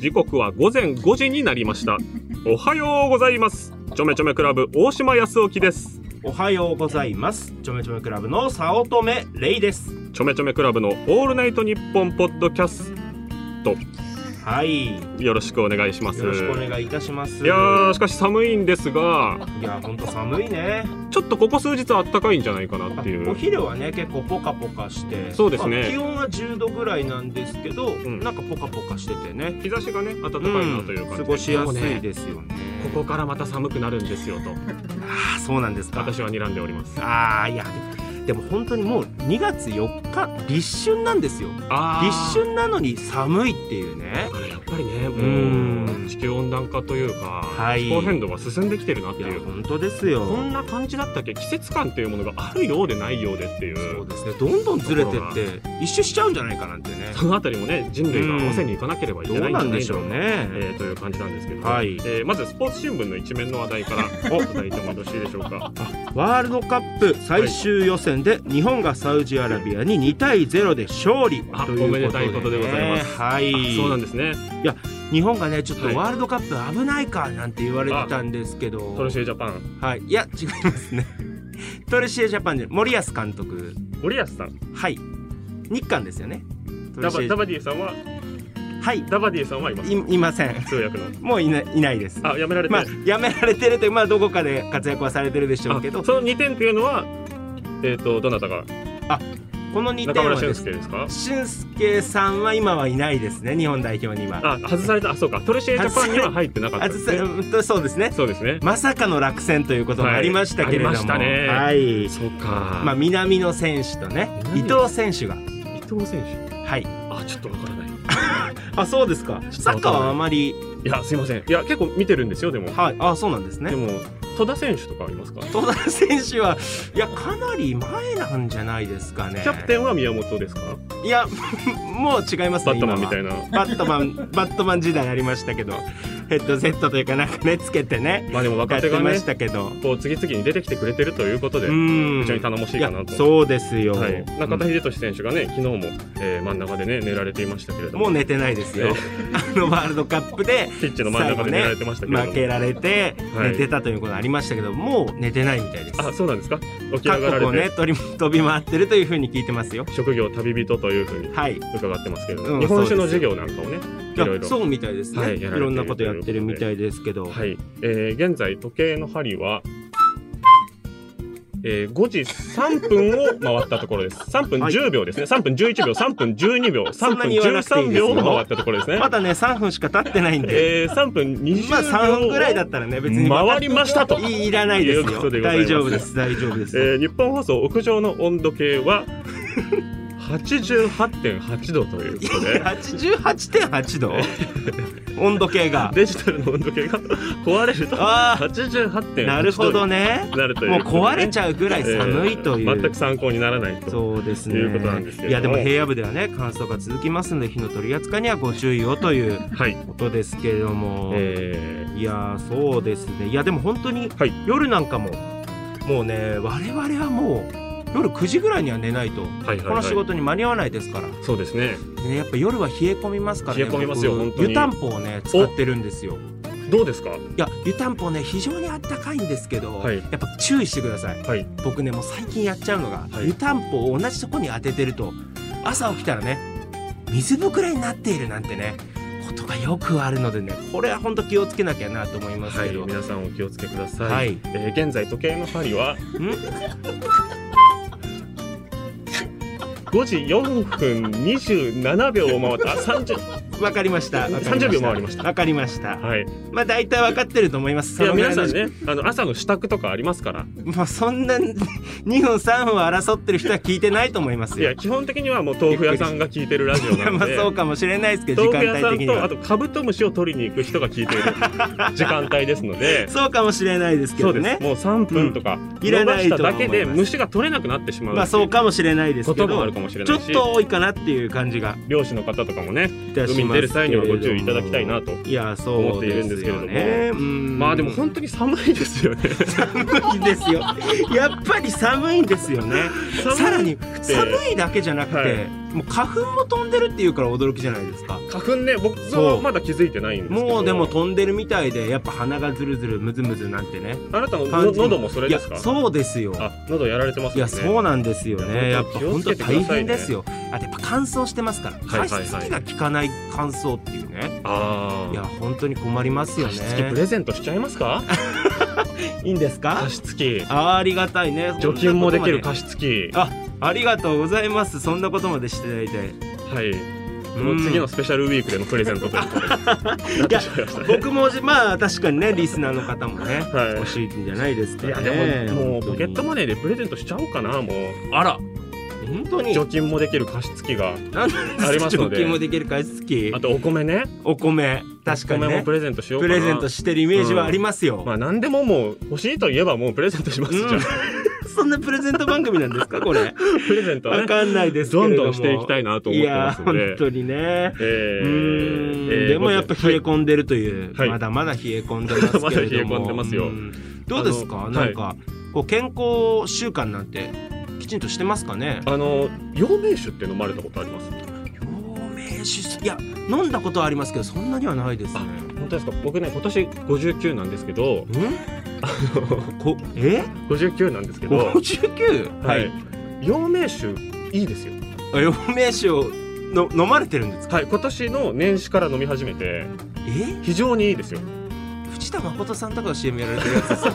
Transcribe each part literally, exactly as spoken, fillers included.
時刻は午前ごじになりました。おはようございます。ちょめちょめクラブ大島康沖です。 おはようございます。ちょめちょめクラブの早乙女レイです。 ちょめちょめクラブのオールナイトニッポンポッドキャスト、 はい、 よろしくお願いします。 よろしくお願いいたします。 いやー、しかし寒いんですが、 いやほんと寒いね。 ちょっとここ数日あったかいんじゃないかなっていう。 お昼はね結構ポカポカして、 そうですね、 まあ、気温はじゅうどぐらいなんですけど、うん、なんかポカポカしててね、 日差しがね暖かいなという感じで、 うん、過ごしやすいですよね。 ここからまた寒くなるんですよと。 ああ、そうなんですか。 私は睨んでおります。 ああ、いやでも本当にもうにがつよっか立春なんですよ。立春なのに寒いっていうね。 だからやっぱりね、もう地球温暖化というか、はい、気候変動が進んできてるなっていう。いや本当ですよ。 こんな感じだったっけ。季節感っていうものがあるようでないようでっていう。 そうですね、どんどんずれてって一周しちゃうんじゃないかなんてね。 そのあたりもね、人類が合わせにいかなければいけないんじゃないか、 どうなんでしょうね、 えー、という感じなんですけど、 はい、 えー、まずスポーツ新聞の一面の話題からお答えてもよろしいでしょうか。 ワールドカップ最終予選で日本がサウジアラビアににたいゼロで勝利ということで、ね、 おめでたいことでございます。 はい、 そうなんですね。 いや日本がねちょっとワールドカップ危ないかなんて言われてたんですけど、 トルシエジャパン、 はい、いや違いますねトルシエジャパンで森保監督、 森保さん、 はい、日韓ですよね。 ダバ、ダバディさんは、 はい、 ダバディさんはいますい, いません。 通訳のもうい な, いないです。 あ、やめられてる、 まあ、やめられてるという、まあ、どこかで活躍はされてるでしょうけど、 そのにてんっていうのは、えーと、どなたが、あ、 このにてんはです、 中村俊輔ですか。 俊輔さんは今はいないですね、日本代表には。 あ、外された。あ、そうか、トルシエジャパンには入ってなかったですね。 そうですね、 そうですね。 まさかの落選ということもありましたけれども、はい、ありましたね。はい、 そうか。 まあ、南野選手とね、伊藤選手が、 伊藤選手、 はい、 あ、ちょっとわからないあ、そうですか。サッカーはあまり、 いや、すいません。いや、結構見てるんですよ。でも、 はい、あ、そうなんですね。 でも戸田選手とかありますか。 戸田選手はいやかなり前なんじゃないですかね。 キャプテンは宮本ですか。 いやもう違いますね。 バットマンみたいなバットマンバットマン時代ありましたけど、ヘッドセットというかなんかねつけてね、 まあでも若手がねやってましたけど、 こう次々に出てきてくれてるということで非常に頼もしいかなと。 そうですよ、はい、 中田英寿選手がね昨日も、えー、真ん中でね寝られていましたけれども、 もう寝てないですよあのワールドカップでピッチの真ん中で寝られてましたけれども、 ね、負けられて寝てたということありましたけど、はい、もう寝てないみたいです。 あ、そうなんですか。起き上がられて各国をね飛び、飛び回ってるというふうに聞いてますよ。 職業旅人というふうに伺ってますけど、はい、日本酒の授業なんかをねいろいろそうみたいですね、はい、いろんなことやってるみたいですけど、 はい、えー、現在時計の針は、えー、ごじさんぷんを回ったところです。さんぷんじゅうびょうですね。さんぷんじゅういちびょう、さんぷんじゅうにびょう、さんぷんじゅうさんびょうを回ったところですね。 まだねさんぷんしか経ってないんで、 えー、さんぷんにじゅうびょう、 まあさんぷんぐらいだったらね別に回りましたといらないですよ。大丈夫です大丈夫です、 えー、日本放送屋上の温度計ははちじゅうはちてんはちどということではちじゅうはちてんはちど温度計がデジタルの温度計が壊れるとはちじゅうはちてんはちどになるという、 もう壊れちゃうぐらい寒いという、 えー、全く参考にならないとそうです、ね、いうことなんですけれども、 いやでも平野部ではね乾燥が続きますので火の取り扱いにはご注意をということですけれども、はい、えー、いやそうですね。いやでも本当に夜なんかも、もうね我々はもう夜くじぐらいには寝ないと、はいはいはい、この仕事に間に合わないですから。 そうですね。 ね、やっぱ夜は冷え込みますからね。 冷え込みますよ本当に。 湯たんぽをね使ってるんですよ。 どうですか。いや湯たんぽね非常にあったかいんですけど、はい、やっぱ注意してください、はい、僕ねもう最近やっちゃうのが、はい、湯たんぽを同じとこに当ててると朝起きたらね水ぶくれになっているなんてねことがよくあるのでね、これは本当気をつけなきゃなと思いますけど、 はい、皆さんお気をつけください、 はい、 えー、現在時計の針はんごじよんぷんにじゅうななびょうを回ったさんじゅうわかりました。 さんじゅうびょう回りました。 わかりました。 はい。 まあ大体わかってると思います。 いや皆さんね、あの朝の支度とかありますから。 まあそんなにふんさんぷんを争ってる人は聞いてないと思いますよ。 いや基本的にはもう豆腐屋さんが聞いてるラジオなんで。 まあそうかもしれないですけど、時間帯的には。 豆腐屋さんとあとカブトムシを取りに行く人が聞いている時間帯ですので。 そうかもしれないですけどね。 そうです。もうさんぷんとか伸ばしただけで虫が取れなくなってしまう。 まあそうかもしれないですけど。 こともあるかもしれないし。 ちょっと多いかなっていう感じが。 漁師の方とかもね、海に出る際にはご注意いただきたいなと思っているんですけれども、ね、まあでも本当に寒いですよね。 寒いですよ。やっぱり寒いんですよね。さらに寒いだけじゃなくて、はい、 もう花粉も飛んでるっていうから驚きじゃないですか。 花粉ね、僕はまだ気づいてないんですけど、 もうでも飛んでるみたいで、やっぱ鼻がズルズルムズムズなんてね。 あなたのの喉もそれですか？ いやそうですよ。 あ、喉やられてますよね。 いやそうなんですよね。やっぱ本当大変ですよ。 あ、 やっぱ乾燥してますから、加湿器が効かない乾燥っていうね。ああ、いや本当に困りますよね。 加湿器プレゼントしちゃいますか？ いいんですか？ 加湿器。 あ、ありがたいね。 除菌もできる加湿器。 あ、ありがとうございます。そんなことまでしていただいて。 はい。もう次のスペシャルウィークでのプレゼントということで。いや、 僕もまあ確かにね、リスナーの方もね、はい、欲しいんじゃないですかね。 いやでももうポケットマネーでプレゼントしちゃおうかな。もうあら本当に除菌もできる加湿器がありますので。 除菌もできる加湿器。 あとお米ね。 お米確かにね。お米もプレゼントしようかな。 プレゼントしてるイメージはありますよ。 うん、まあ何でももう欲しいといえばもうプレゼントします、うん、じゃあ。 そんなプレゼント番組なんですかこれ？ プレゼントはね、 わかんないですけれども、 どんどんしていきたいなと思ってますので。 いや本当にね。えー、 うんえー、でもやっぱ冷え込んでるという、はい、まだまだ冷え込んでますけれども。 まだ冷え込んでますよ。 どうですか？なんか、はい、こう健康習慣なんてきちんとしてますかね？ あの陽明酒って飲まれたことあります？ 陽明酒、いや飲んだことはありますけどそんなにはないですね。 本当ですか？僕ね今年ごじゅうきゅうなんですけど、んあのこえごじゅうきゅうなんですけど、 ごじゅうきゅう、 はい、陽明酒いいですよ。 陽明酒をの飲まれてるんですか？ はい、今年の年始から飲み始めて、 え非常にいいですよ。 藤田誠さんとかの シーエム やられてるやつですよ。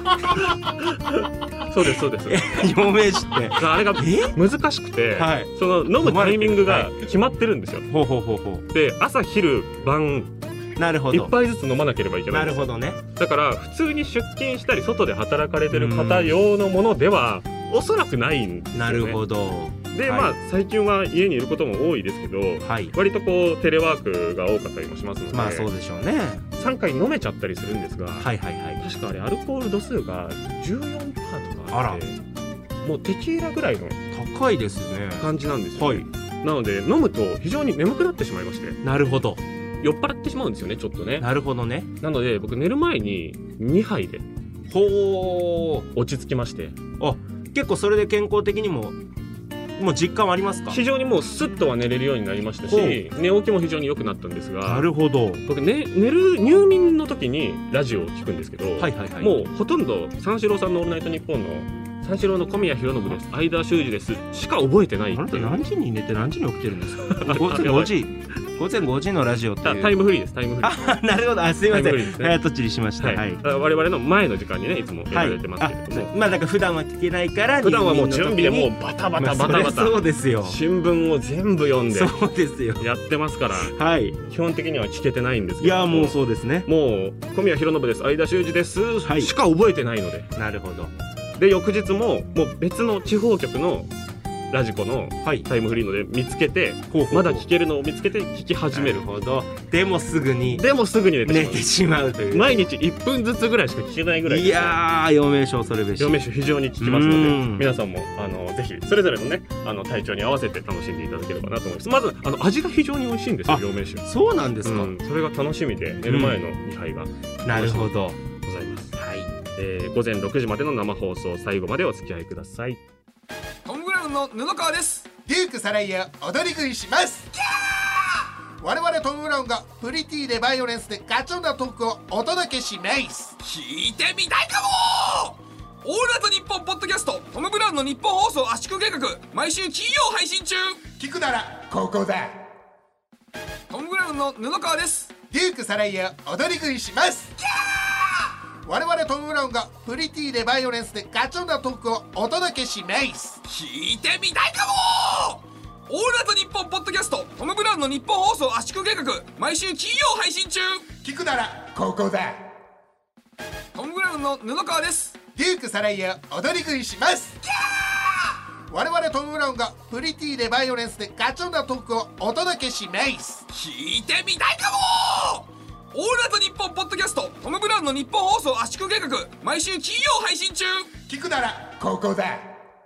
そうですそうです。 陽明酒ってあれが難しくて、はい、その飲むタイミングが決まってるんですよ。 ほうほうほうほう。 で朝昼晩なるほどいっぱいずつ飲まなければいけないんです。 なるほどね。 だから普通に出勤したり外で働かれてる方用のものではおそらくないんですよね。 なるほど。 で、はい、まあ最近は家にいることも多いですけど、はい、割とこうテレワークが多かったりもしますので、 まあそうでしょうね。 さんかい飲めちゃったりするんですが、 はいはいはい、 確かあれアルコール度数が じゅうよんパーセント とかあって、もうテキーラぐらいの高いですね感じなんですよ、ね。はい、なので飲むと非常に眠くなってしまいまして。 なるほど。 酔っ払ってしまうんですよね、ちょっとね。 なるほどね。 なので僕寝る前ににはいでほー落ち着きまして。 あ、結構それで健康的にももう実感はありますか？ 非常にもうスッとは寝れるようになりましたし、寝起きも非常に良くなったんですが。 なるほど。 僕、ね、寝る入眠の時にラジオを聞くんですけど、はいはいはい、もうほとんど三四郎さんのオールナイトニッポンの三四郎の小宮浩信です、相田修二ですしか覚えてないっていう。 あなた何時に寝て何時に起きてるんですか？ごじごぜんごじのラジオっていうタイムフリーです。タイムフリー。 あ、なるほど。あ、すいません、早とちりしました。はい、はい、 我々の前の時間にねいつもやられてますけれども、はい、 まあだから普段は聞けないから普段はもう準備でもうバタバタバタバタ、まあ、 そうですよ。 新聞を全部読んでそうですよやってますから、 はい、 基本的には聞けてないんですけど、 いやもうそうですね。 もう小宮浩信です、相田修二です、はい、しか覚えてないので。 なるほど。 で翌日ももう別の地方局のラジコのタイムフリーので見つけて、はい、まだ聞けるのを見つけて聞き始める。 なるほど。でもすぐにでもすぐに寝てしまうという。 毎日いっぷんずつぐらいしか聞けないぐらい、ね、 いやー陽明酒恐るべし。 陽明酒非常に効きますので、皆さんもあのぜひそれぞれのねあの体調に合わせて楽しんでいただければなと思います。まずあの味が非常に美味しいんですよ、陽明酒。 そうなんですか、うん、 それが楽しみで寝る前のにはいが、うん、 なるほどございます。はい、えー、ごぜんろくじまでの生放送、最後までお付き合いください。 トム・ブラウンの布川です。 デュークサライヤ踊り食いします。我々トム・ブラウンがプリティでバイオレンスでガチョンなトークをお届けします。 聞いてみたいかも。オールナイトニッポンポッドキャストトム・ブラウンの日本放送圧縮計画、毎週金曜配信中。 聞くならここだ。 トム・ブラウンの布川です。 デュークサライヤ踊り食いします。我々トム・ブラウンがプリティでバイオレンスでガチョンなトークをお届けします。 聞いてみたいかも。オールナイトニッポンポッドキャストトム・ブラウンの日本放送圧縮計画、毎週金曜配信中。 聞くならここだ。 トム・ブラウンの布川です。 デュークサライヤ踊り食いします。我々トム・ブラウンがプリティでバイオレンスでガチョンなトークをお届けします。 聞いてみたいかも。オールナイトニッポンポッドキャストトム・ブラウンの日本放送圧縮計画、毎週金曜配信中。 聞くならここだ。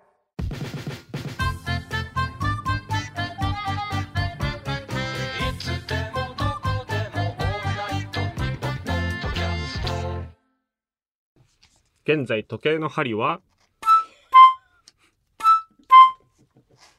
現在時計の針は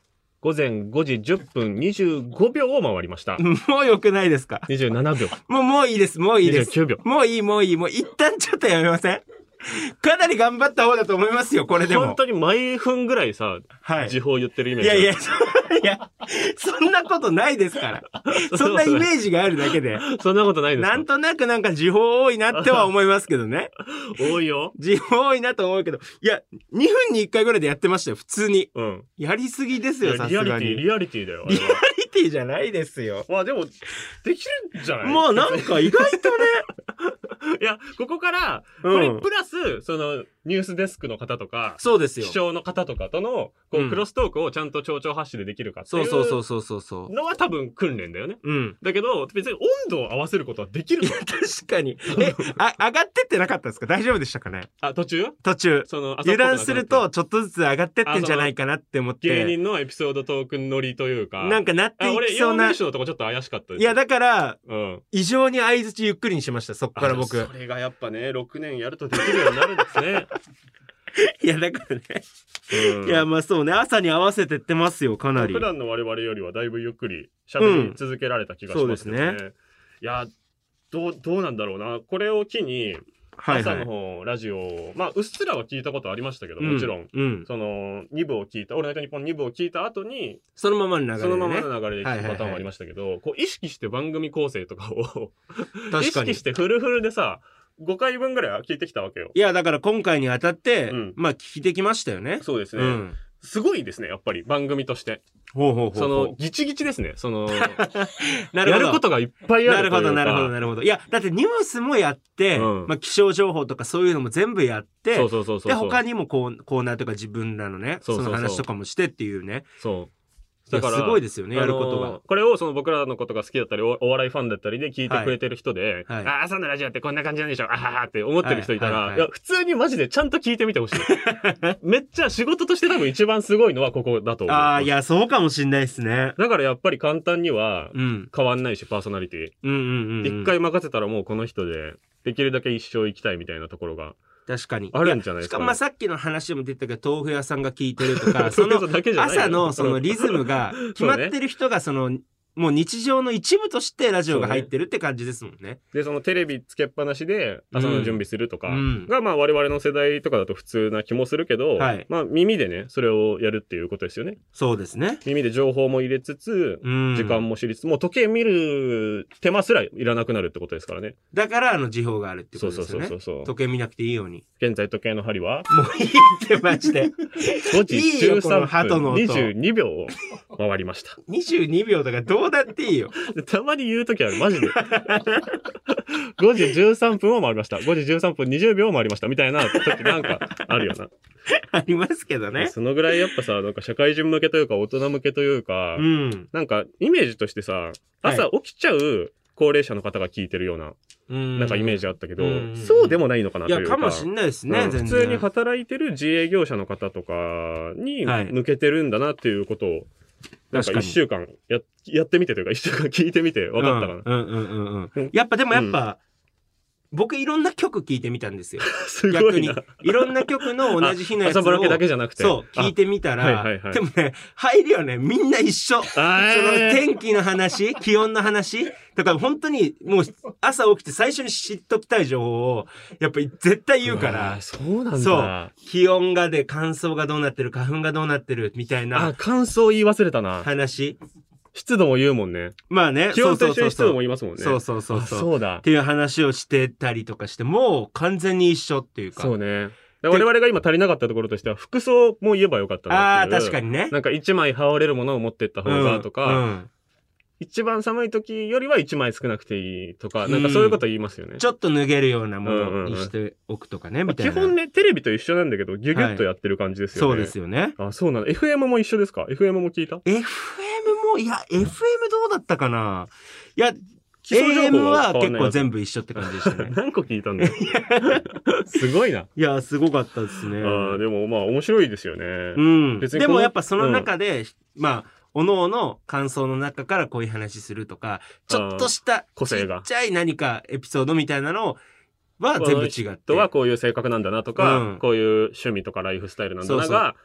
午前ごじじゅっぷんにじゅうごびょうを回りました。 もう良くないですか？ にじゅうななびょう。 もう、もういいです。もういいです。 にじゅうきゅうびょう。 もういい、もういい。もう一旦ちょっとやめません？かなり頑張った方だと思いますよ、これでも。 本当に毎分ぐらいさ、はい、時報言ってるイメージ。 いやいや、いや、そんなことないですから。そんなイメージがあるだけで。 そんなことないですか？ なんとなくなんか時報多いなっては思いますけどね。 多いよ。 時報多いなと思うけど、いや、にふんにいっかいぐらいでやってましたよ、普通に。 うん。 やりすぎですよ、さすがに。 リアリティ、リアリティだよ。 リアリティじゃないですよ。 まあでも、できるんじゃない？ まあなんか意外とね。 いや、ここから、これプラス、その、ニュースデスクの方とか、 そうですよ。 気象の方とかとの、こう、クロストークをちゃんと丁々発止でできるかっていう。 そうそうそうそうそう。 のは多分訓練だよね。 うん。 だけど、別に温度を合わせることはできるの。 確かに。え、あ、上がってってなかったですか？大丈夫でしたかね？ あ、途中？ 途中。 その、 油断すると、ちょっとずつ上がってってんじゃないかなって思って。 芸人のエピソードトーク乗りというか。 なんかなっていきそうな。 俺、陽明酒のとこちょっと怪しかったです。 いや、だから、 うん。 異常に相槌ゆっくりにしました、そっから僕。 それがやっぱね、ろくねんやるとできるようになるんですね。 いや、だからね。うん、いや、まあそうね、朝に合わせてってますよ、かなり。 普段の我々よりはだいぶゆっくり喋り続けられた気がしますね。うん、そうですね。いや、どう、どうなんだろうな。これを機に、朝の方、ラジオ、まあ、うっすらは聞いたことありましたけど、もちろん。うん、その、にぶを聞いた、オールナイトニッポンにぶを聞いた後に、 そのままの流れで、ね。 そのままの流れで聞くパターンもありましたけど、こう、意識して番組構成とかを意識してフルフルでさ、ごかいぶんぐらいは聞いてきたわけよ。 いや、だから今回にあたって、うん、まあ聞いてきましたよね。 そうですね。うん、すごいですね、やっぱり番組として。 ほうほうほうほう。 その、ギチギチですね。その、なるほど。やることがいっぱいあるというか。 なるほど、なるほど、なるほど。いや、だってニュースもやって、うん、まあ気象情報とかそういうのも全部やって、 そうそうそうそう。 で、他にもこうコーナーとか自分らのね、そうそうそう、その話とかもしてっていうね。 そう。 だからすごいですよね、やることが。 これをその僕らのことが好きだったり お, お笑いファンだったりで聞いてくれてる人で、はいはい、あ朝のラジオってこんな感じなんでしょあははって思ってる人いたら、はいはいはい、いや普通にマジでちゃんと聞いてみてほしい。めっちゃ仕事として多分一番すごいのはここだと思う。 ああ、いやそうかもしんないですね。 だからやっぱり簡単には変わんないし、うん、パーソナリティ。 うんうんうんうん、 一回任せたらもうこの人でできるだけ一生生きたいみたいなところが。 確かに。 あるんじゃないですか、ね。 しかもまあさっきの話でも出たけど、豆腐屋さんが聞いてるとか、その朝のそのリズムが決まってる人がその、もう日常の一部としてラジオが入ってるって感じですもんね。 で、そのテレビつけっぱなしで朝の準備するとかが、まあ我々の世代とかだと普通な気もするけど、はい、まあ耳でね、それをやるっていうことですよね。 そうですね。 耳で情報も入れつつ、時間も知りつつ、もう時計見る手間すらいらなくなるってことですからね。 だからあの時報があるってことですよね。 そうそうそうそう。 時計見なくていいように。 現在時計の針はもういいってマジで。 ごじじゅうさんぷんにじゅうにびょうを回りました。 にじゅうにびょうとかどうだっていいよ。 たまに言うときある、マジで。ごじじゅうさんぷんを回りました。ごじじゅうさんぷんにじゅうびょうを回りました。みたいな時なんかあるよな。 ありますけどね。 そのぐらいやっぱさ、なんか社会人向けというか大人向けというか、うん、なんかイメージとしてさ、朝起きちゃう高齢者の方が聞いてるような、うん、なんかイメージあったけど、うん、そうでもないのかなというか。 いや、かもしんないですね、 うん、全然。普通に働いてる自営業者の方とかに向けてるんだなっていうことを、なんか一週間や、やってみてというか一週間聞いてみて分かったかな。 うんうんうんうん。やっぱでもやっぱ、うん、僕いろんな曲聞いてみたんですよ。 すごいな。 逆に。いろんな曲の同じ日のやつを。 朝バラケだけじゃなくて。 そう、聞いてみたら、はいはいはい、でもね、入りはね、みんな一緒。その天気の話、気温の話、だから本当にもう朝起きて最初に知っときたい情報を、やっぱり絶対言うから。 そうなんだ。 そう。気温がで乾燥がどうなってる、花粉がどうなってる、みたいな。 あ、乾燥言い忘れたな。 話。 湿度も言うもんね。 まあね。 気温と一緒に湿度も言いますもんね。 そうそうそうそう。 そうだ。 っていう話をしてたりとかして、もう完全に一緒っていうか。 そうね。我々が今足りなかったところとしては、服装も言えばよかったなっていう。 ああ、確かにね。 なんか一枚羽織れるものを持ってった方がとか、うんうん、一番寒い時よりは一枚少なくていいとか、なんかそういうこと言いますよね。 ちょっと脱げるようなものにしておくとかね、うんうんうん、みたいな。 基本ね、テレビと一緒なんだけど、ギュギュッとやってる感じですよね。 はい、そうですよね。 あ、そうなの。エフエム も一緒ですか？ エフエム も聞いた？ エフエム も、いや、エフエム どうだったかな？いや、エーエム は結構全部一緒って感じでしたね。 何個聞いたんだよ。すごいな。 いや、すごかったですね。 あでもまあ面白いですよね。 うん。別にでもやっぱその中で、うん、まあ、おのおの感想の中からこういう話するとか、ちょっとした個性がちっちゃい何かエピソードみたいなのは全部違って。 人はこういう性格なんだなとか、うん、こういう趣味とかライフスタイルなんだなが、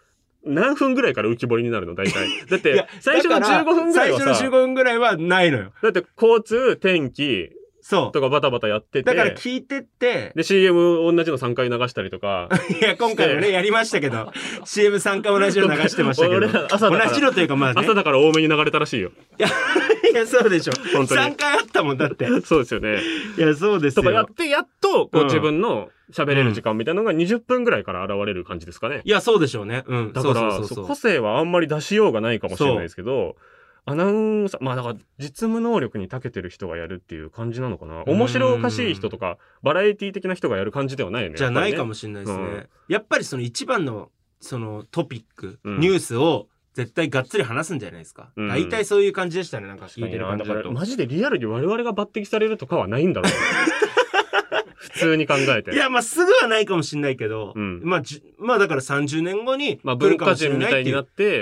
何分ぐらいから浮き彫りになるの大体。だって、最初のじゅうごふんぐらいはさ。 最初のじゅうごふんぐらいはないのよ。 だって交通、天気、 そう。 とかバタバタやってて。 だから聞いてって。 で、シーエム 同じのさんかい流したりとか。 いや、今回もね、やりましたけど、シーエムさん 回同じの流してましたけど。朝同じのというかまあね。 朝だから多めに流れたらしいよ。 いや、いや、そうでしょ。本当に。さんかいあったもんだって。 そうですよね。 いや、そうですよ。 とかやって、やっと、こう自分の喋れる時間みたいなのがにじゅっぷんぐらいから現れる感じですかね。 いや、そうでしょうね。うん。 だから、個性はあんまり出しようがないかもしれないですけど、アナウンサー、まあだから実務能力に長けてる人がやるっていう感じなのかな。面白おかしい人とか、バラエティ的な人がやる感じではないよね。 じゃないかもしれないですね。うん、やっぱりその一番の、そのトピック、うん、ニュースを絶対がっつり話すんじゃないですか。うん、大体そういう感じでしたね、なんか聞いてる感じだと。 マジでリアルに我々が抜擢されるとかはないんだろう。普通に考えて。 いや、まあ、すぐはないかもしれないけど、うん、まあ、じ、まあ、だからさんじゅうねんごに、 まあ、文化人みたいになって、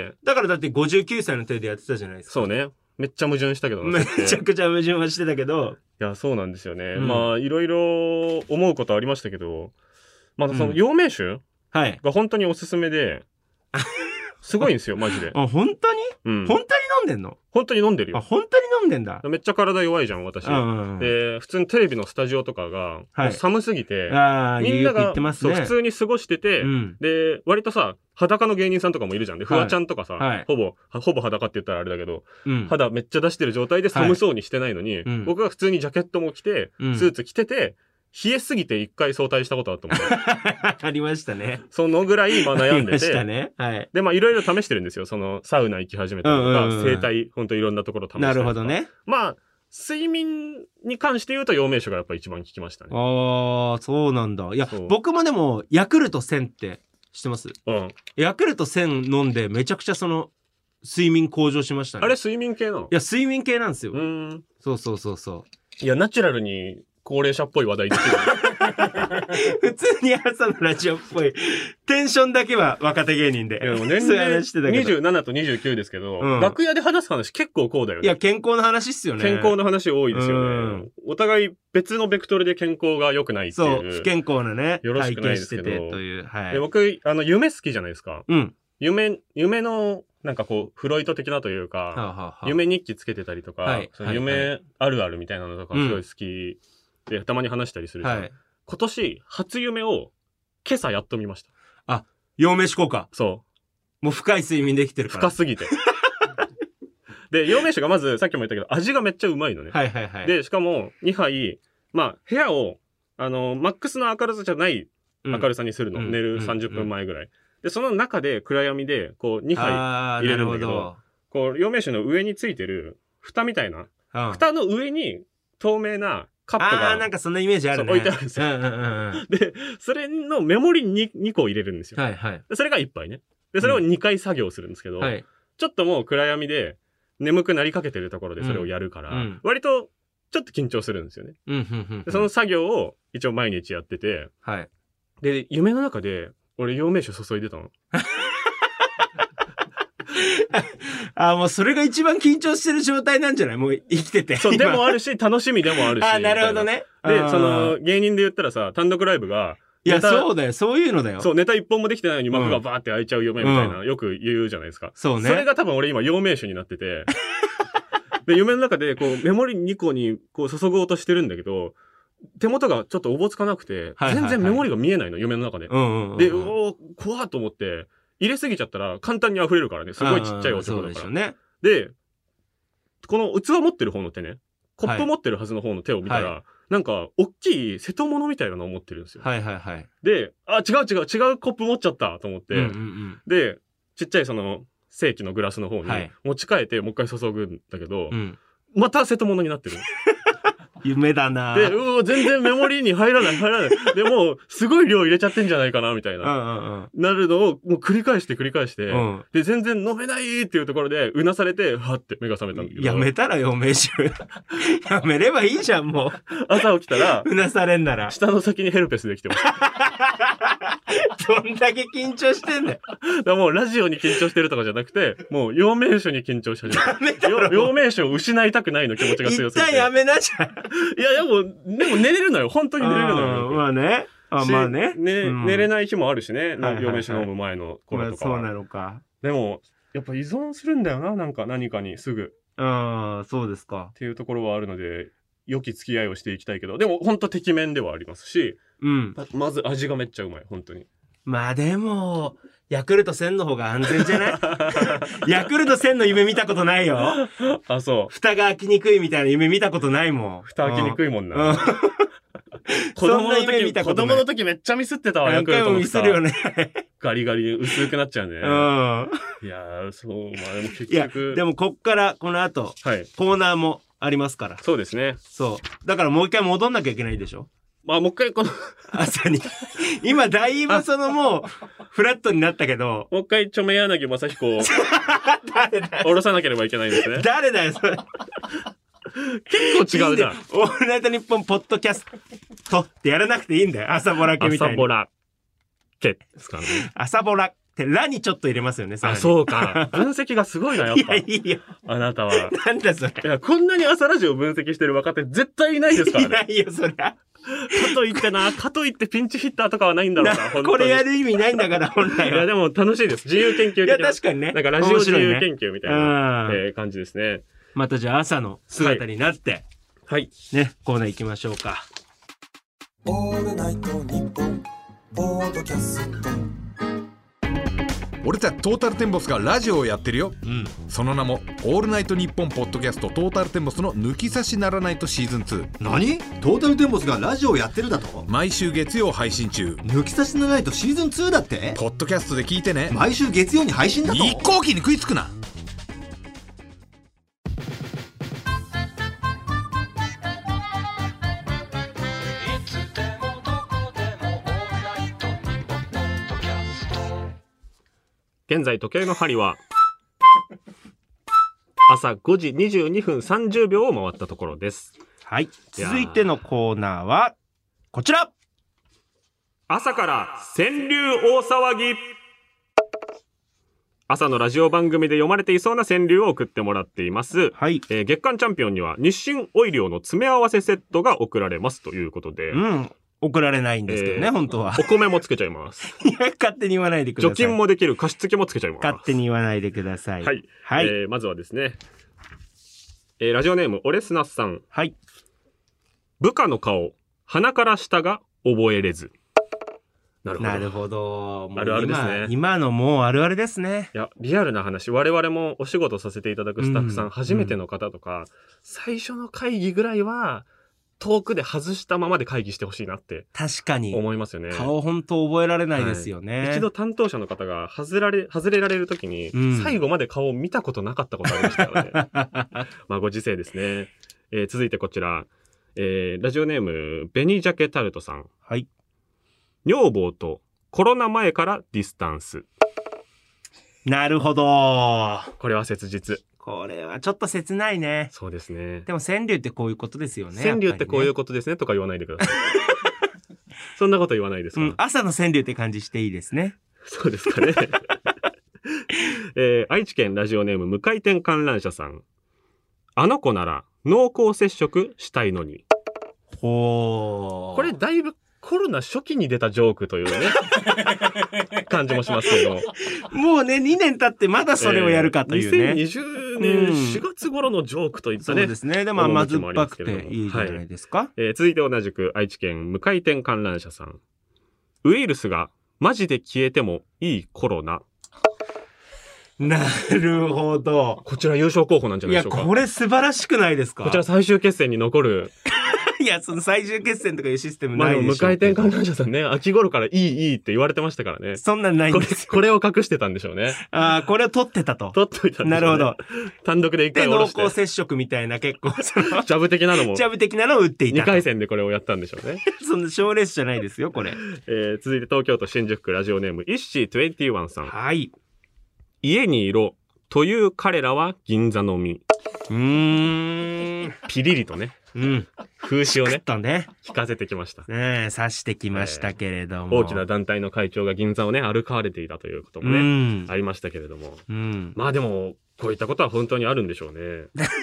だからだってごじゅうきゅうさいの手でやってたじゃないですか。 そうね。めっちゃ矛盾したけどめちゃくちゃ矛盾はしてたけど。 いや、そうなんですよね。うん、まあ、いろいろ思うことありましたけど、まあ、その、陽明酒が本当におすすめで、すごいんですよ、マジで。 あ、本当に、うん、本当に飲んでんの？ 本当に飲んでるよ。 あ、本当に飲んでんだ。 めっちゃ体弱いじゃん、私。で、普通にテレビのスタジオとかが、はい、寒すぎて、みんなが、ね、そう普通に過ごしてて、うん、で、割とさ、裸の芸人さんとかもいるじゃん。で、フワちゃんとかさ、はい、ほぼ、ほぼ裸って言ったらあれだけど、うん、肌めっちゃ出してる状態で寒そうにしてないのに、はい、僕が普通にジャケットも着て、うん、スーツ着てて、冷えすぎて一回早退したことあったもん。 ありましたね。 そのぐらいまあ悩んでて。 ありましたね。はい。 で、まあいろいろ試してるんですよ。そのサウナ行き始めたりとか、うんうんうん、整体、ほんといろんなところ試して。 なるほどね。 まあ、睡眠に関して言うと陽明酒がやっぱ一番効きましたね。 ああ、そうなんだ。いや、僕もでも、ヤクルトせんって知ってます？うん。ヤクルトせん飲んでめちゃくちゃその、睡眠向上しましたね。 あれ睡眠系なの？ いや、睡眠系なんですよ。 うん。 そうそうそうそう。 いや、ナチュラルに、高齢者っぽい話題できる。 普通に朝のラジオっぽい。テンションだけは若手芸人で。 いや、もう年齢にじゅうななとにじゅうきゅうですけど、うん、楽屋で話す話結構こうだよね。 いや、健康の話っすよね。 健康の話多いですよね。うん、お互い別のベクトルで健康が良くないっていう。 そう、不健康なね。 よろしくないですけど。 という。はい。 で僕、あの、夢好きじゃないですか。 うん。 夢、夢の、なんかこう、フロイト的なというか、はあはあ、夢日記つけてたりとか、はい、その夢あるあるみたいなのとかすごい好き。うんで、たまに話したりするじゃん。はい、今年、初夢を、今朝やっと見ました。 あ、陽明酒効果。 そう。 もう深い睡眠できてるから。 深すぎて。で、陽明酒がまず、さっきも言ったけど、味がめっちゃうまいのね。 はいはいはい。 で、しかも、にはいまあ、部屋を、あの、マックスの明るさじゃない明るさにするの。うん、寝るさんじゅっぷんまえぐらい。うんうん、で、その中で暗闇で、こう、にはい入れるんだけど、どこう、陽明酒の上についてる、蓋みたいな、うん、蓋の上に、透明な、カップが。 あー、なんかそんなイメージあるね。 置いてあるんですよ。うんうんうん、で、それのメモリににこ入れるんですよ。 はいはい。 でそれがいっぱいね。で、それをにかい作業するんですけど、うんはい、ちょっともう暗闇で眠くなりかけてるところでそれをやるから、うん、割とちょっと緊張するんですよね。 うんうんうんうん、 でその作業を一応毎日やってて、 はい、 で、夢の中で俺陽明酒注いでたの。 あ、もうそれが一番緊張してる状態なんじゃない？もう生きてて。 そう、でもあるし、楽しみでもあるし。 あ、なるほどね。 で、その、芸人で言ったらさ、単独ライブが、 いや、そうだよ。そういうのだよ。 そう、ネタ一本もできてないのに幕がバーって開いちゃう夢みたいな、うん、よく言うじゃないですか。 そうね。 それが多分俺今、陽明酒になってて、で、夢の中で、こう、メモリにこに、こう、注ごうとしてるんだけど、手元がちょっとおぼつかなくて、はいはいはい、全然メモリが見えないの、夢の中で。 うんうんうん、 で、おー、怖っと思って、入れすぎちゃったら簡単に溢れるからね。すごいちっちゃいお茶だから。そうでしょうね。で、この器持ってる方の手ね、コップ持ってるはずの方の手を見たら、はい、なんか、大きい瀬戸物みたいなのを持ってるんですよ。 はいはいはい。 で、あ、違う違う、違うコップ持っちゃったと思って、 うんうんうん、 で、ちっちゃいその、正規のグラスの方に持ち替えて、もう一回注ぐんだけど、はい、また瀬戸物になってる。 夢だなで、う全然メモリーに入らない、入らない。でも、すごい量入れちゃってんじゃないかな、みたいな。 うんうんうん、 なるのを、もう繰り返して繰り返して、うん、で、全然飲めないっていうところで、うなされて、はって目が覚めたんだけど。 やめたらよ、名酒。やめればいいじゃん、もう。 朝起きたら、 うなされんなら。 下の先にヘルペスできてました。 どんだけ緊張してんだよ。 だからもうラジオに緊張してるとかじゃなくて、もう陽明酒に緊張し始めた。 やめたら陽明酒を失いたくないの気持ちが強すぎて。 一旦やめなじゃん。 いや、でも、でも寝れるのよ。本当に寝れるのよ。 まあね。 あ、まあね。 ね、うん、寝れない日もあるしね。 はいはいはい、 夜飯飲む前の頃とかは。 まあ、そうなのか。 でも、やっぱ依存するんだよな、なんか何かにすぐ。 ああ、そうですか。 っていうところはあるので、良き付き合いをしていきたいけど、でも本当適面ではありますし、 うん。 まず味がめっちゃうまい、本当に。 まあでも、ヤクルトせんの方が安全じゃないヤクルトせんの夢見たことないよ。 あ、そう。 蓋が開きにくいみたいな夢見たことないもん。 蓋開きにくいもんな。うん、子供の時、子供の時めっちゃミスってたわ、ヤクルトの蓋。 何回もミスるよね。 ガリガリ薄くなっちゃうね。 うん。 いやー、そう、まあでも結局。いや、でもこっからこの後、はい、コーナーもありますから。 そうですね。 そう。だからもう一回戻んなきゃいけないでしょ。 まあもう一回この朝に。今だいぶそのもう、フラットになったけど。 もう一回著名柳正彦を下ろさなければいけないんですね。 誰だよ、それ。 結構違うじゃん。 オールナイトニッポンポッドキャストってやらなくていいんだよ。朝ボラ系みたいに。 朝ボラ系ですかね。 朝ボラってラにちょっと入れますよね。 あ、そうか。分析がすごいな、やっぱ。 いやいや。 あなたは。 なんだそれ。 いや、こんなに朝ラジオ分析してる若手絶対いないですからね。 いないよ、そりゃ。 かといってな、かといってピンチヒッターとかはないんだろうな、 なこれやる意味ないんだから、本来は。 いや、でも楽しいです。自由研究的な。 いや、確かにね。 なんかラジオ自由研究みたいな、ねえー、感じですね。 またじゃあ朝の姿になって、 はい。 ね、コーナー行きましょうか。 オールナイトニッポンポッドキャスト。 俺たちトータルテンボスがラジオをやってるよ、 うん、 その名もオールナイトニッポンポッドキャストトータルテンボスの抜き差しならないとシーズンツー。 何？トータルテンボスがラジオをやってるだと？ 毎週月曜配信中。 抜き差しならないとシーズンツーだって？ ポッドキャストで聞いてね。 毎週月曜に配信だと？ 一向機に食いつくな。 現在時計の針は朝ごじにじゅうにふんさんじゅうびょうを回ったところです。 はい。続いてのコーナーはこちら。 朝から川柳大騒ぎ。朝のラジオ番組で読まれていそうな川柳を送ってもらっています。 はい。 えー、月間チャンピオンには日清オイリオの詰め合わせセットが送られますということで。 うん。送られないんですけどね、えー、本当は。 お米もつけちゃいます。 いや、勝手に言わないでください。 除菌もできる加湿器もつけちゃいます。 勝手に言わないでください。 はい。 はい。 えー、まずはですね、えー、ラジオネームオレスナスさん。 はい。 部下の顔、鼻から下が覚えれず。なるほど。 なるほど。 あるあるですね。 今のもうあるあるですね。 いや、リアルな話。我々もお仕事させていただくスタッフさん、うん、初めての方とか、うん、最初の会議ぐらいは、遠くで外したままで会議してほしいなって確かに思いますよね。 顔本当覚えられないですよね、 はい、一度担当者の方が外られ外れられる時に、うん、最後まで顔を見たことなかったことありましたからね。まあご時世ですね、えー、続いてこちら、えー、ラジオネーム紅ジャケタルトさん。 はい。 女房とコロナ前からディスタンス。 なるほど。 これは切実。 これはちょっと切ないね。 そうですね。 でも川柳ってこういうことですよね。 川柳ってこういうことですねとか言わないでください。そんなこと言わないですか、 うん、朝の川柳って感じしていいですね。 そうですかね。えー、愛知県ラジオネーム無回転観覧車さん。あの子なら濃厚接触したいのに。 ほー。 これだいぶコロナ初期に出たジョークというね感じもしますけどもうねにねん経ってまだそれをやるかというね、 えー、にせんにじゅうねんしがつ頃のジョークといったね、 そうですね。でも甘酸っぱくていいじゃないですか、はい。 えー、続いて同じく愛知県無回転観覧車さん。ウイルスがマジで消えてもいいコロナ。 なるほど。 こちら優勝候補なんじゃないでしょうか。 いやこれ素晴らしくないですか。 こちら最終決戦に残るいや、その最終決戦とかいうシステムないでしょ。 まあ、無回転観覧車さんね、秋頃からいいいいって言われてましたからね。 そんなんないんですよ。 これ、これを隠してたんでしょうね。 ああ、これを取ってたと。 取っといたんでしょうね。 なるほど。 単独で一回下ろして。 で、濃厚接触みたいな結構、その、 ジャブ的なのも。 ジャブ的なのを打っていた。 にかい戦でこれをやったんでしょうね。 そんな賞レースじゃないですよ、これ。 えー、続いて東京都新宿区ラジオネーム、イッシーにじゅういちさん。 はい。 家にいろ、という彼らは銀座のみ。 うーん。 ピリリとね。 うん。 風刺をね、 ね聞かせてきました。 ねえ、刺してきましたけれども、 えー、大きな団体の会長が銀座をね、歩かわれていたということもね、ありましたけれども。 うん、 まあでも、こういったことは本当にあるんでしょうね。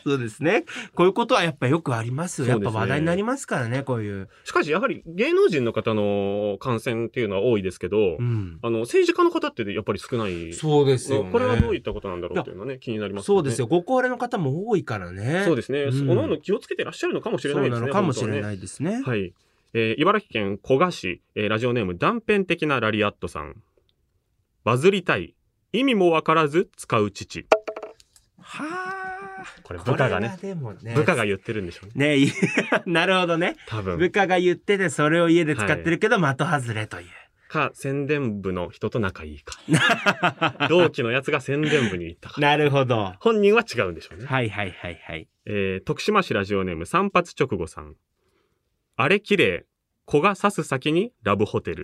そうですね。こういうことはやっぱよくありますよ。やっぱ話題になりますからね、こういう。 しかし、やはり芸能人の方の感染っていうのは多いですけど、うん、あの、政治家の方ってやっぱり少ない。 そうですよね。 これはどういったことなんだろうっていうのはね、気になりますね。 そうですよ。ご高齢の方も多いからね。 そうですね。うん、おのおの気をつけてらっしゃるのかもしれないですね。 そうなのかもしれないですね。 はい。えー、茨城県古河市、えー、ラジオネーム断片的なラリアットさん。バズりたい。意味もわからず使う父。 はあ。 これ部下がね、ね部下が言ってるんでしょうね。ねなるほどね。 多分。 部下が言ってて、それを家で使ってるけど、はい、的外れという。 か、宣伝部の人と仲いいか。同期のやつが宣伝部に行ったか。 なるほど。 本人は違うんでしょうね。 はいはいはいはい。 えー、徳島市ラジオネーム散髪直後さん。あれ綺麗。子が刺す先にラブホテル。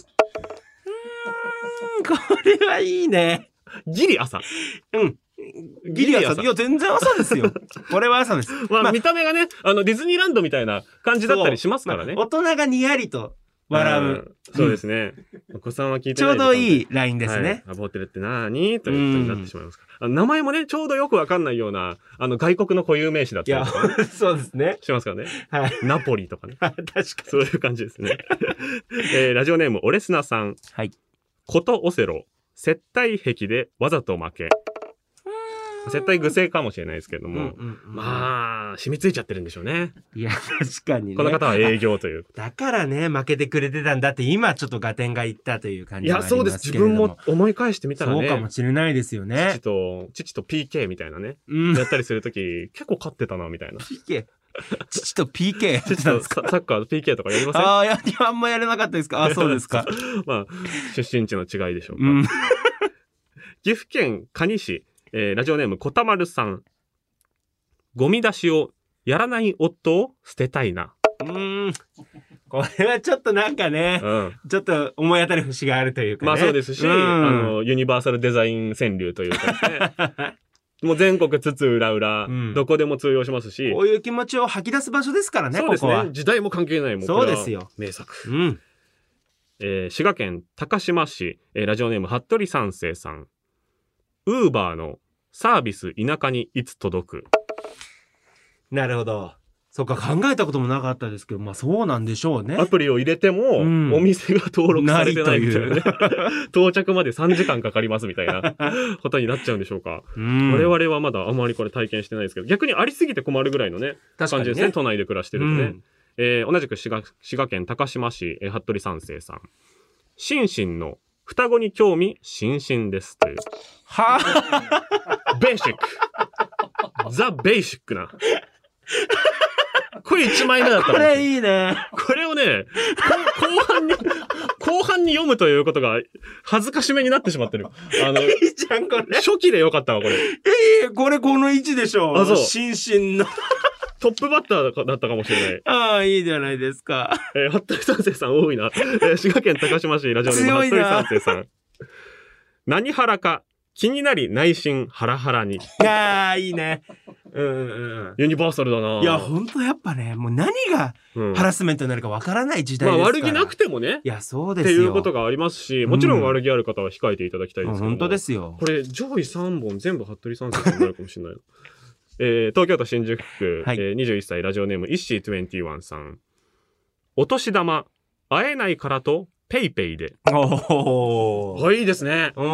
うーん、これはいいね。 ギリ朝。 うん。ギリ朝。いや、全然朝ですよ。これは朝です。 まあ、まあ、見た目がね、あの、ディズニーランドみたいな感じだったりしますからね。 まあ、大人がにやりと笑う。うん、 そうですね。お子さんは聞いてないちょうどいいラインですね。はい、 ラブホテルって何ということになってしまいますから。名前もね、ちょうどよくわかんないような、あの、外国の固有名詞だったりとか、ね。 そうですね。 しますからね。 はい。 ナポリとかね。 確かに。 そういう感じですね。えー、ラジオネーム、オレスナさん。 はい。 ことオセロ。接待癖でわざと負け。絶対愚性かもしれないですけども、うんうんうん、まあ染みついちゃってるんでしょうね。 いや確かにね。 この方は営業という。 だからね負けてくれてたんだって今ちょっと合点がいったという感じがありますけれども。 いやそうです。自分も思い返してみたらね。 そうかもしれないですよね。 父と父と ピーケー みたいなね、うん、やったりするとき結構勝ってたなみたいな。 ピーケー 父と ピーケー父とサッカー ピーケー とかやりません？ ああいやあんまやれなかったですか。あそうですか。 まあ出身地の違いでしょうか。うん、岐阜県可児市。えー、ラジオネームこたまるさん。ゴミ出しをやらない夫を捨てたいな。 うーん。これはちょっとなんかね、うん、ちょっと思い当たる節があるというかね。 まあそうですし、うん、あの、ユニバーサルデザイン川柳というかね。もう全国津々浦々、うん、どこでも通用しますし。 こういう気持ちを吐き出す場所ですからね、 そうですね。 ここは時代も関係ないもん。 そうですよ。 名作。 うん。 えー、滋賀県高島市、えー、ラジオネーム服部三世さん。ウーバーのサービス田舎にいつ届く。 なるほど。そっか考えたこともなかったですけど、まあそうなんでしょうね。 アプリを入れても、うん、お店が登録されてないみたいなね。到着までさんじかんかかりますみたいなことになっちゃうんでしょうか。うん、我々はまだあまりこれ体験してないですけど、逆にありすぎて困るぐらいのね、感じですね。都内で暮らしてるとね。うん、えー、同じく滋賀、滋賀県高島市、えー、服部三世さん。心身の双子に興味津々ですという。 はぁベーシックザ・ベーシックな。これ一枚目だったこれいいね。 これをね、後半に、後半に読むということが恥ずかしめになってしまってる。あの、 いいじゃん、これ。 初期でよかったわ、これ。 ええー、これこの位置でしょ。 あ、そう。 心身の。 トップバッターだったかもしれない。 ああ、いいじゃないですか。 えー、服部三世さん多いな。えー、滋賀県高島市ラジオネーム服部三世さん。何腹か気になり内心ハラハラに。 ああ、いいね。うんうんうん。 ユニバーサルだな。 いや、ほんとやっぱね、もう何がハラスメントになるかわからない時代ですから。まあ悪気なくてもね。 いや、そうですよ。 っていうことがありますし、もちろん悪気ある方は控えていただきたいですけど、 うん。本当ですよ。 これ上位さんぼん全部服部三世さんになるかもしれない。えー、東京都新宿区、はい、えー、にじゅういっさいラジオネームイッシーにじゅういちさん。お年玉会えないからとペイペイで。 おー。いいですね。 うん。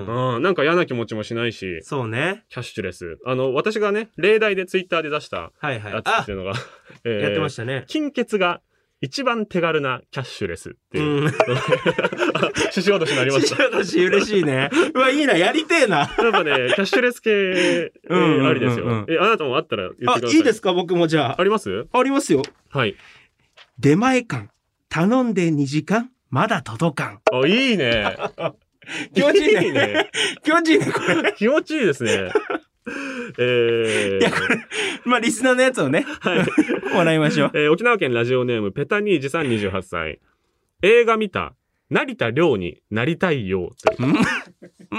うん。なんか嫌な気持ちもしないし。 そうね。 キャッシュレス。あの、私がね、例題でツイッターで出したやつっていうのが、 えー、やってましたね。 金欠が一番手軽なキャッシュレスっていう。うん。獅子落としになりました。 獅子落とし嬉しいね。うわ、いいな、やりてえな。 やっぱね、キャッシュレス系、えー、ありですよ。え、あなたもあったら言ってください。 あ、いいですか僕もじゃあ。 あります？ ありますよ。 はい。 出前館。頼んでにじかんまだ届かん。 あ、いいね。 気持ちいいね。いいね気持ちいいね、これ。 気持ちいいですね。えー、 いや、これ、まあ、リスナーのやつをね、はい、もらいましょう。 えー、沖縄県ラジオネーム、ペタニージさんにじゅうはっさい。映画見た、成田凌になりたいよという。 うん。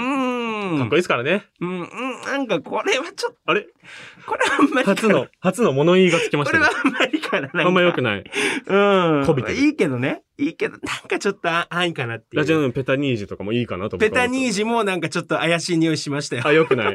かっこいいですからね。 うん、うん、なんかこれはちょっと。 あれこれはあんまり。 初の、初の物言いがつきましたね。 これはあんまりかな。 あんま良くない。 うん。 こびてる。 いいけどね。いいけど、なんかちょっと安易かなっていう。 ラジオネームペタニージとかもいいかなと思って。 ペタニージもなんかちょっと怪しい匂いしましたよ。 あ、良くない。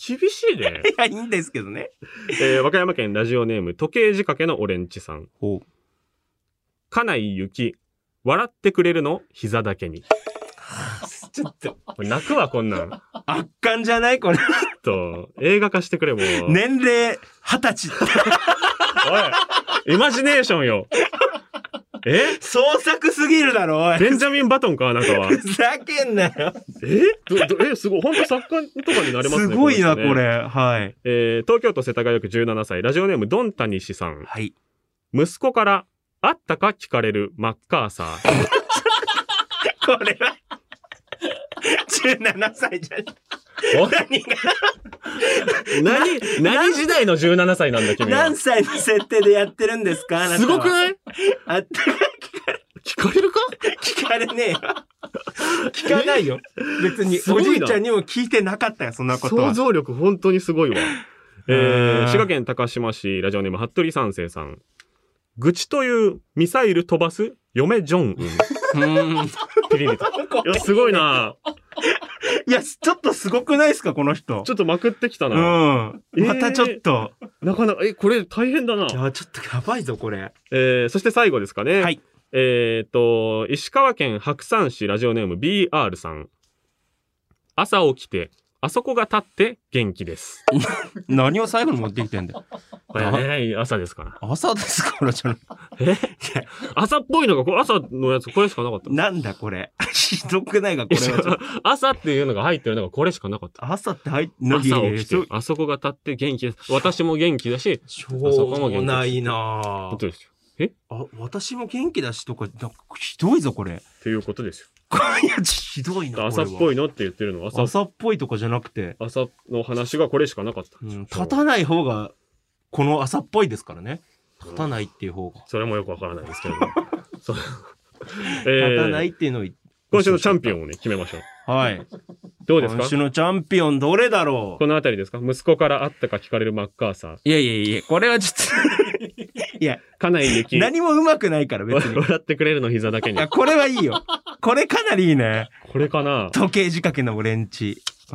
厳しいね。 いや、いいんですけどね。 えー、和歌山県ラジオネーム時計仕掛けのオレンジさん。家内ゆき、笑ってくれるの膝だけに。 ちょっとこれ泣くわ、こんなん。 圧巻じゃないこれ。 と映画化してくれ、もう。 年齢二十歳。 おい、イマジネーションよ。え創作すぎるだろ、おい。 ベンジャミン・バトンか、なんかは。 ふざけんなよ。 えどどえすごい。本当作家とかになれますね。 すごいな、こ,、 ね、 これ。はい。 えー、東京都世田谷区じゅうななさい、ラジオネームドンタニシさん。 はい。 息子から、あったか聞かれるマッカーサー。 これは、じゅうななさいじゃん。何が何、何時代のじゅうななさいなんだ、君は。 何歳の設定でやってるんですか？ すごくない？ あったか聞かれるか？ 聞かれねえよ。聞かないよ。別におじいちゃんにも聞いてなかったよ、そんなことは。 想像力本当にすごいわ。えー、滋賀県高島市ラジオネーム服部三世さん。愚痴というミサイル飛ばす嫁ジョンウン。うん。ピリリと。いや、すごいな。 いや、ちょっとすごくないですか、この人。 ちょっとまくってきたな。 うん。またちょっと。 えー、なかなか、え、これ大変だな。 いや、ちょっとやばいぞ、これ。 えー、そして最後ですかね。 はい。 えっと、石川県白山市ラジオネーム ビーアール さん。朝起きて、あそこが立って元気です。 何を最後に持ってきてんだよ。 これね、朝ですから。 朝ですから、じゃえ朝っぽいのが、これ朝のやつこれしかなかった。 なんだこれ。ひどくないか、これは。 朝っていうのが入ってるのがこれしかなかった。 朝って入って、 朝起きて、あそこが立って元気です。私も元気だし、 しょうないなぁ。 本当ですよ。えあ、私も元気だしとか、なんかひどいぞ、これ。 っていうことですよ。 いや、ひどいな。 朝っぽいのって言ってるの。 朝、朝っぽいとかじゃなくて。 朝の話がこれしかなかった。 うん、立たない方が、この朝っぽいですからね。立たないっていう方が。 それもよくわからないですけど。そうえー、立たないっていうのを今週のチャンピオンをね、決めましょう。 はい。 どうですか？ 今週のチャンピオンどれだろう？ このあたりですか？息子からあったか聞かれるマッカーサー。 いやいやいや、これはちょっといや、 家内ゆき。 何も上手くないから別に。 笑ってくれるの膝だけに。 いや、これはいいよ。これかなりいいね。 これかな？ 時計仕掛けのオレンジ。うん。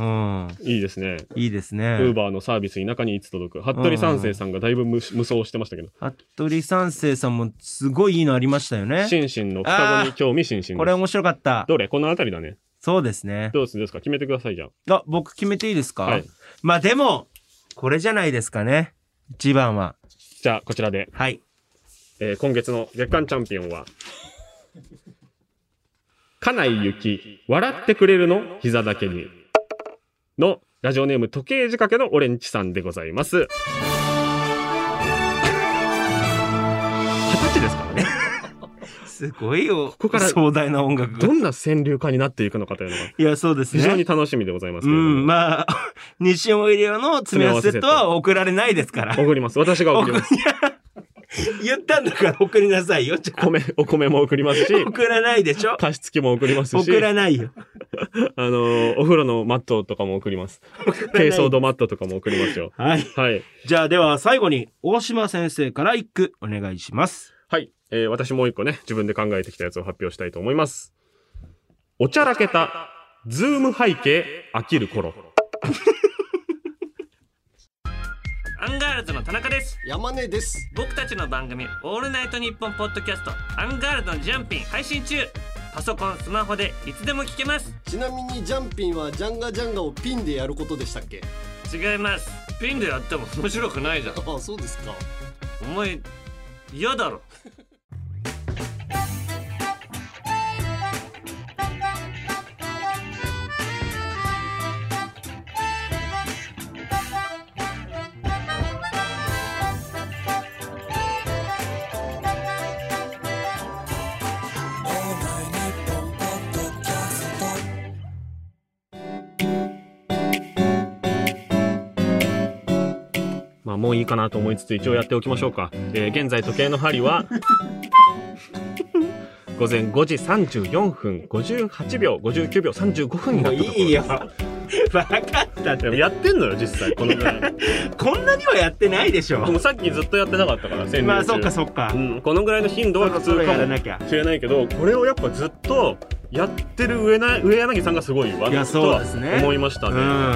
いいですね。 いいですね。 ウーバーのサービスに中にいつ届く。服部三世さんがだいぶ無無双してましたけど。 服部三世さんもすごいいいのありましたよね。 シンシンの双子に興味津々です。 これ面白かった。 どれ？このあたりだね。 そうですね。 どうですか？決めてくださいじゃあ。あ、僕決めていいですか？ はい。 まあでも、これじゃないですかね。一番は。 じゃあ、こちらで。 はい。 えー、今月の月間チャンピオンは、家内ゆき、笑ってくれるの膝だけに。のラジオネーム時計仕掛けのオレンジさんでございます。二十歳ですからね。 すごいよ。 ここから壮大な音楽どんな川柳家になっていくのかというのが。 いや、そうですね。 非常に楽しみでございますけれども。 うん、まあ、西尾入りの詰め合わせセットは送られないですから。 送ります。私が送ります。 言ったんだから送りなさいよ。 米、お米も送りますし。 送らないでしょ。 加湿器も送りますし。 送らないよ。 あの、お風呂のマットとかも送ります。珪藻土マットとかも送りますよ。 はい。 はい。 じゃあでは最後に大島先生から一句お願いします。 はい。えー、私もう一個ね、自分で考えてきたやつを発表したいと思います。おちゃらけた、ズーム背景、飽きる頃。 アンガールズの田中です。 山根です。 僕たちの番組オールナイトニッポンポッドキャストアンガールズのジャンピン配信中。パソコンスマホでいつでも聞けます。 ちなみにジャンピンはジャンガジャンガをピンでやることでしたっけ？ 違います。ピンでやっても面白くないじゃん。 ああ、そうですか。 お前嫌だろ。 まあもういいかなと思いつつ一応やっておきましょうか。えー、現在時計の針は午前ごじさんじゅうよんふんごじゅうはちびょうごじゅうきゅうびょうさんじゅうごふんになったところです。 もういいよ。分かったって。 やってんのよ実際このぐらい。 こんなにはやってないでしょ。 でもさっきずっとやってなかったから。 まあそっかそっか、 うん。このぐらいの頻度は普通かもしれないけど、これをやっぱずっとやってる上な上柳さんがすごいわとは思いましたね。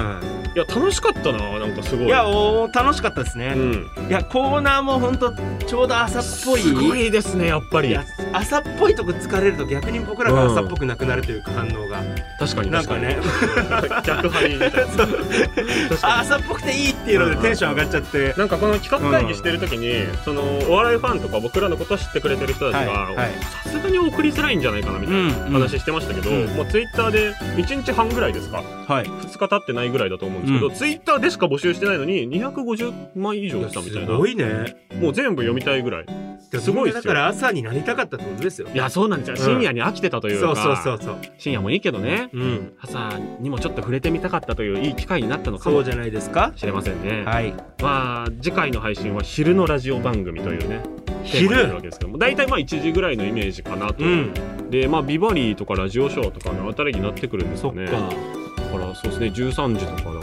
いや楽しかったな、なんかすごい。 いやお楽しかったですね、うん、いやコーナーも本当ちょうど朝っぽい、 すごいですねやっぱり。いや朝っぽいとこ疲れると逆に僕らが朝っぽくなくなるというか反応が、うん、 確かになんかね逆張りみたいな朝っぽくていいっていうのでテンション上がっちゃって、 なんかこの企画会議してる時に、うん、そのお笑いファンとか僕らのことを知ってくれてる人たちがさすがに送りづらいんじゃないかなみたいな話してましたけど、うんうん、もうツイッターでいちにちはんぐらいですか、はい、ふつか経ってないぐらいだと思うんですけど、うん、ツイッターでしか募集してないのににひゃくごじゅうまい以上来たみたいな。 すごいね。 もう全部読みたいぐらいすごいですよ。 だから朝になりたかったってことですよ。 いやそうなんですよ、深夜に飽きてたというか、 うん、そうそうそうそう、 深夜もいいけどね、うん、朝にもちょっと触れてみたかったといういい機会になったのかもそうじゃないですかしれませんね。 はい、 まあ次回の配信は昼のラジオ番組というね昼テーマになるわけですけども、大体まあいちじぐらいのイメージかなと、うん、でまあビバリーとかラジオショーとかのあたりになってくるんですよね。 そっか、 だからそうですねじゅうさんじとかだから、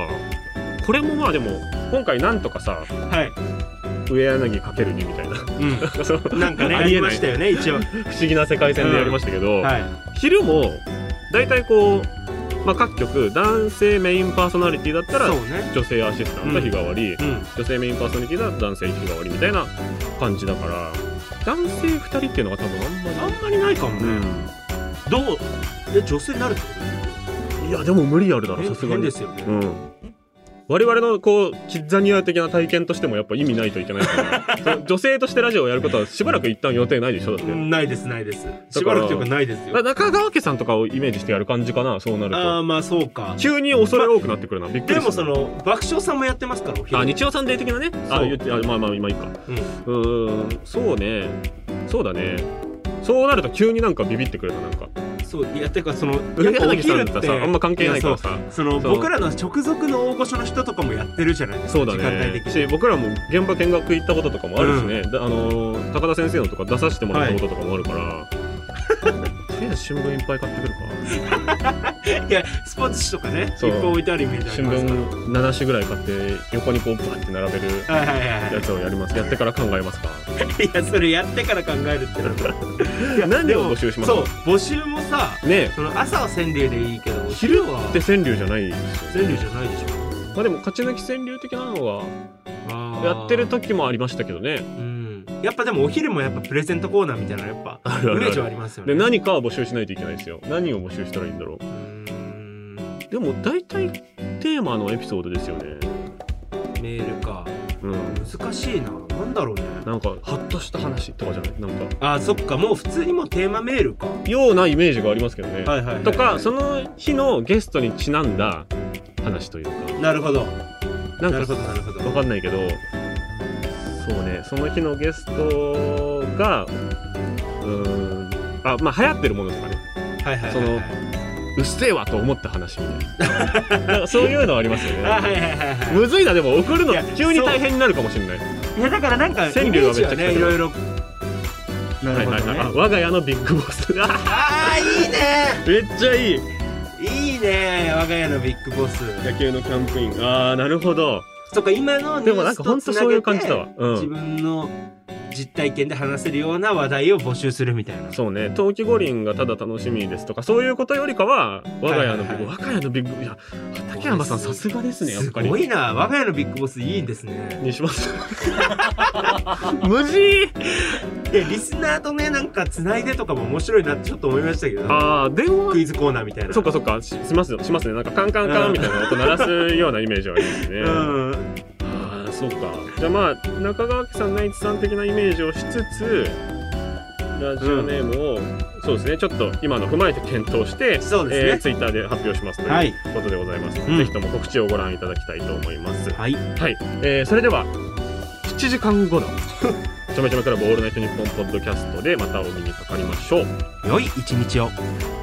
これもまあでも今回なんとかさ、 はい、 上柳かけるにみたいな、 うん、なんかねありえましたよね一応不思議な世界線でやりましたけど、 うんはい、 昼も大体こう、まあ、各局男性メインパーソナリティだったら、ね、女性アシスタント日替わり、うんうん、女性メインパーソナリティだったら男性日替わりみたいな感じだから、男性ふたりっていうのが多分あんまりあんまりないかもね、うん、どうえ女性になるってことですか？ いやでも無理あるだろさすがにですよね、 うん我々のこうキッザニア的な体験としてもやっぱ意味ないといけないから女性としてラジオをやることはしばらく一旦予定ないでしょだって。 ないですないです。しばらくというかないですよ。 中川家さんとかをイメージしてやる感じかな、そうなると。 ああまあそうか。 急に恐れ多くなってくるな、びっくりする。 でもその爆笑さんもやってますから。 あ日曜サンデー的なね。あ言ってあまあまあ今いいか。うん、うーんそうねそうだね。そうなると急になんかビビってくるななんか。 そういやてかその上柳さんってさあんま関係ないからさ、 その僕らの直属の大御所の人とかもやってるじゃないですか。 そうだね。時間帯的にし僕らも現場見学行ったこととかもあるしね、うん、あのー、高田先生のとか出させてもらったこととかもあるから、はい、とりあえず新聞いっぱい買ってくるかいやスポーツ紙とかねいっぱい置いてあるイメージありますから、 新聞ななしぐらい買って横にこうバッて並べるやつをやります。やってから考えますかいやそれやってから考えるってなんだいや何を募集しますか。 そう募集もさ、ね、その朝は川柳でいいけど昼って川柳じゃないですよね。川柳じゃないでしょ。 まあでも勝ち抜き川柳的なのはやってる時もありましたけどね。 うんやっぱでもお昼もやっぱプレゼントコーナーみたいなやっぱイメージはありますよね。 で何かは募集しないといけないですよ。何を募集したらいいんだろう。うーんでも大体テーマのエピソードですよね。 メールか、うん、難しいな。なんだろうね。 なんかハッとした話とかじゃないなんかあそっかもう普通にもうテーマメールかようなイメージがありますけどね、 はいはいはいはい、 とかその日のゲストにちなんだ話というか。 なるほどなんかなるほどなるほど分かんないけどそうねその日のゲストがうーんあまあ流行ってるものとかね、 はいはいはいはい、 そのうっせえわと思った話みたいなそういうのはありますよね。 はいはいはいはい、 むずいな。でも送るの急に大変になるかもしれない。 いやだからなんか川柳はめっちゃ来てる、 いろいろ。 なるほどね。はいはいはい、我が家のビッグボスああいいねめっちゃいいいいね我が家のビッグボス野球のキャンプイン。ああなるほど。 そっか今のでもなんか本当そういう感じだわ、うん、 自分の実体験で話せるような話題を募集するみたいな。 そうね冬季五輪がただ楽しみですとかそういうことよりかは我が家のビッグ、はいはいはい、我が家のビッグいや畠山さんさすがですね。やっぱりすごいな我が家のビッグボスいいんですねにします無事でリスナーとねなんかつないでとかも面白いなってちょっと思いましたけど、 あー電話クイズコーナーみたいな。 そっかそっか し, しますしますね。なんかカンカンカンみたいな音鳴らすようなイメージはありますね、うんそうか。じゃあまあ中川家さんナイツさん的なイメージをしつつラジオネームを、うん、そうですねちょっと今の踏まえて検討して、 そうですねえー、 ツイッターで発表しますということでございますので、はい、ぜひとも告知をご覧いただきたいと思います。 はい、 はいえー、それではしちじかんごのちょめちょめクラブオールナイトニッポンポッドキャストでまたお目にかかりましょう。 良い一日を。